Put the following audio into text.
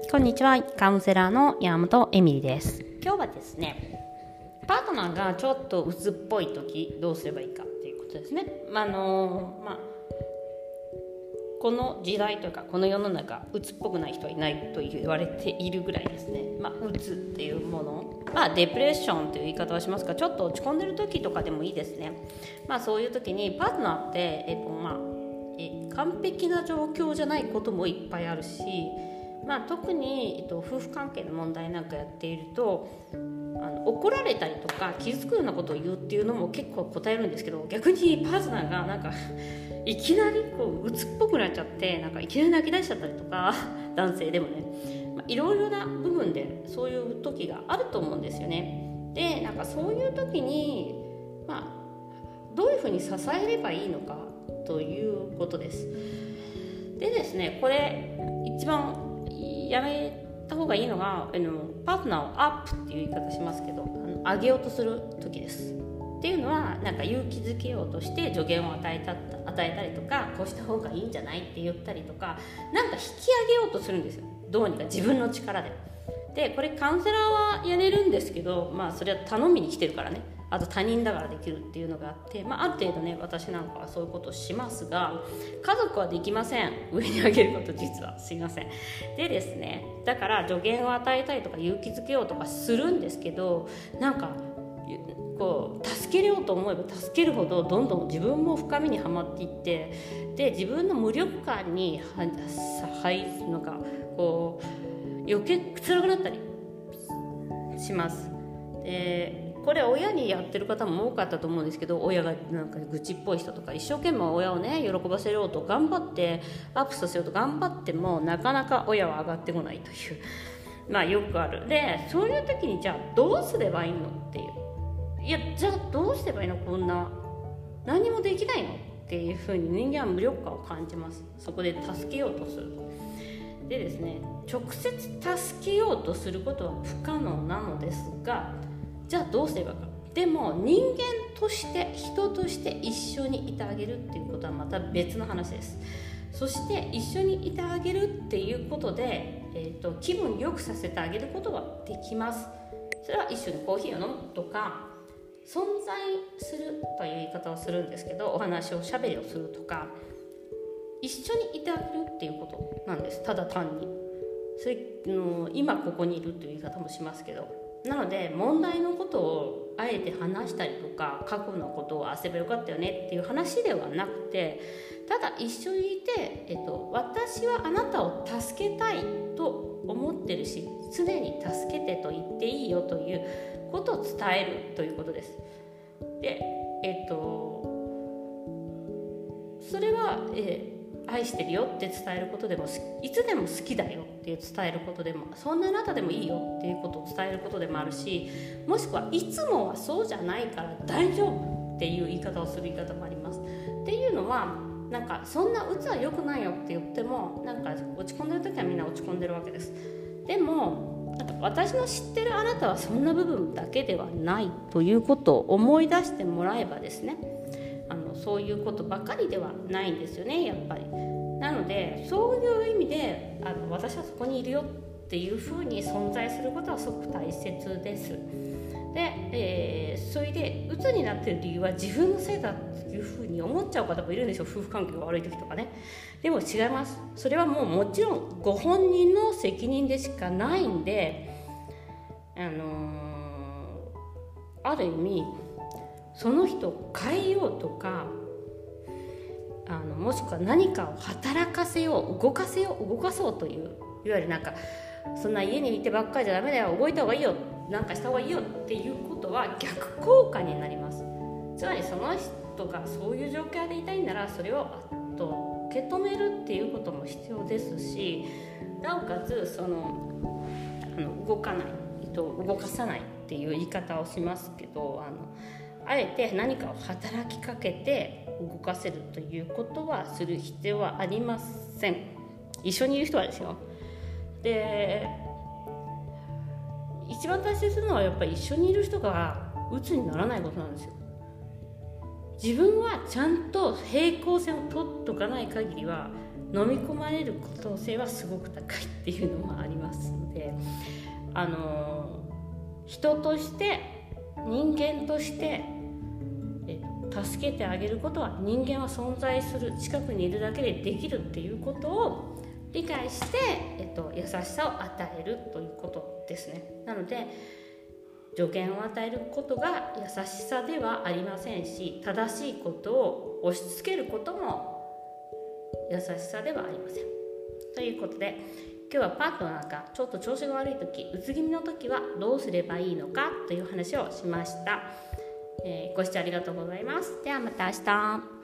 こんにちは、カウンセラーの山本エミリです。今日はですね、パートナーがちょっと鬱っぽい時どうすればいいかっていうことですね。この時代というかこの世の中、鬱っぽくない人はいないと言われているぐらいですね。鬱っていうもの、デプレッションという言い方はしますが、ちょっと落ち込んでる時とかでもいいですね。そういう時にパートナーって完璧な状況じゃないこともいっぱいあるし、特に、夫婦関係の問題なんかやっていると怒られたりとか傷つくようなことを言うっていうのも結構答えるんですけど、逆にパートナーがいきなり鬱っぽくなっちゃっていきなり泣き出しちゃったりとか男性でもね、いろいろな部分でそういう時があると思うんですよね。でそういう時に、どういうふうに支えればいいのかということです。でですね、これ一番やめた方がいいのがパートナーをアップっていう言い方しますけど、上げようとする時です。っていうのは勇気づけようとして助言を与えたりとか、こうした方がいいんじゃないって言ったりとか、引き上げようとするんですよ。どうにか自分の力で。でこれカウンセラーはやれるんですけど、それは頼みに来てるからね、あと他人だからできるっていうのがあって、ある程度ね、私なんかはそういうことをしますが、家族はできません。上に上げること実はすいません。でですね、だから助言を与えたりとか勇気づけようとかするんですけど、助けようと思えば助けるほどどんどん自分も深みにはまっていって、で自分の無力感に余計辛くなったりします。でこれ親にやってる方も多かったと思うんですけど、親が愚痴っぽい人とか一生懸命親をね喜ばせようと頑張ってアップさせようと頑張ってもなかなか親は上がってこないというよくある。でそういう時にじゃあどうすればいいのっていう、じゃあどうすればいいの、こんな何もできないのっていうふうに人間は無力感を感じます。そこで助けようとする。でですね、直接助けようとすることは不可能なのですが、じゃあどうすればいいか。でも人間として人として一緒にいてあげるっていうことはまた別の話です。そして一緒にいてあげるっていうことで、気分良くさせてあげることはできます。それは一緒にコーヒーを飲むとか、存在するという言い方をするんですけど、お話をしゃべりをするとか、一緒にいてあげるっていうことなんです。ただ単にそれ今ここにいるという言い方もしますけど、なので問題のことをあえて話したりとか、過去のことをあせばよかったよねっていう話ではなくて、ただ一緒にいて、私はあなたを助けたいと思ってるし、常に助けてと言っていいよということを伝えるということです。で、それは、愛してるよって伝えることでも、いつでも好きだよっていう伝えることでも、そんなあなたでもいいよっていうことを伝えることでもあるし、もしくはいつもはそうじゃないから大丈夫っていう言い方をする言い方もあります。っていうのはそんな鬱は良くないよって言っても落ち込んでる時はみんな落ち込んでるわけです。でも私の知ってるあなたはそんな部分だけではないということを思い出してもらえばですね、そういうことばかりではないんですよね、やっぱり。なのでそういう意味で私はそこにいるよっていうふうに存在することはすごく大切です。で、それで鬱になってる理由は自分のせいだっていうふうに思っちゃう方もいるんですよ、夫婦関係が悪い時とかね。でも違います。それはもちろんご本人の責任でしかないんで、ある意味その人を変えようとか、もしくは何かを働かせよう、動かそうという、いわゆるそんな家にいてばっかりじゃダメだよ、動いた方がいいよ、なんかした方がいいよっていうことは逆効果になります。つまりその人がそういう状況でいたいなら、それを受け止めるっていうことも必要ですし、なおかつ動かさないっていう言い方をしますけど、あえて何かを働きかけて動かせるということはする必要はありません。一緒にいる人はですよ。で、一番大切なのはやっぱり一緒にいる人が鬱にならないことなんですよ。自分はちゃんと平行線を取っとかない限りは飲み込まれる可能性はすごく高いっていうのもありますので、人として人間として助けてあげることは、人間は存在する、近くにいるだけでできるっていうことを理解して、優しさを与えるということですね。なので助言を与えることが優しさではありませんし、正しいことを押し付けることも優しさではありません。ということで、今日はパートナーがちょっと調子が悪い時、うつ気味の時はどうすればいいのかという話をしました。ご視聴ありがとうございます。ではまた明日。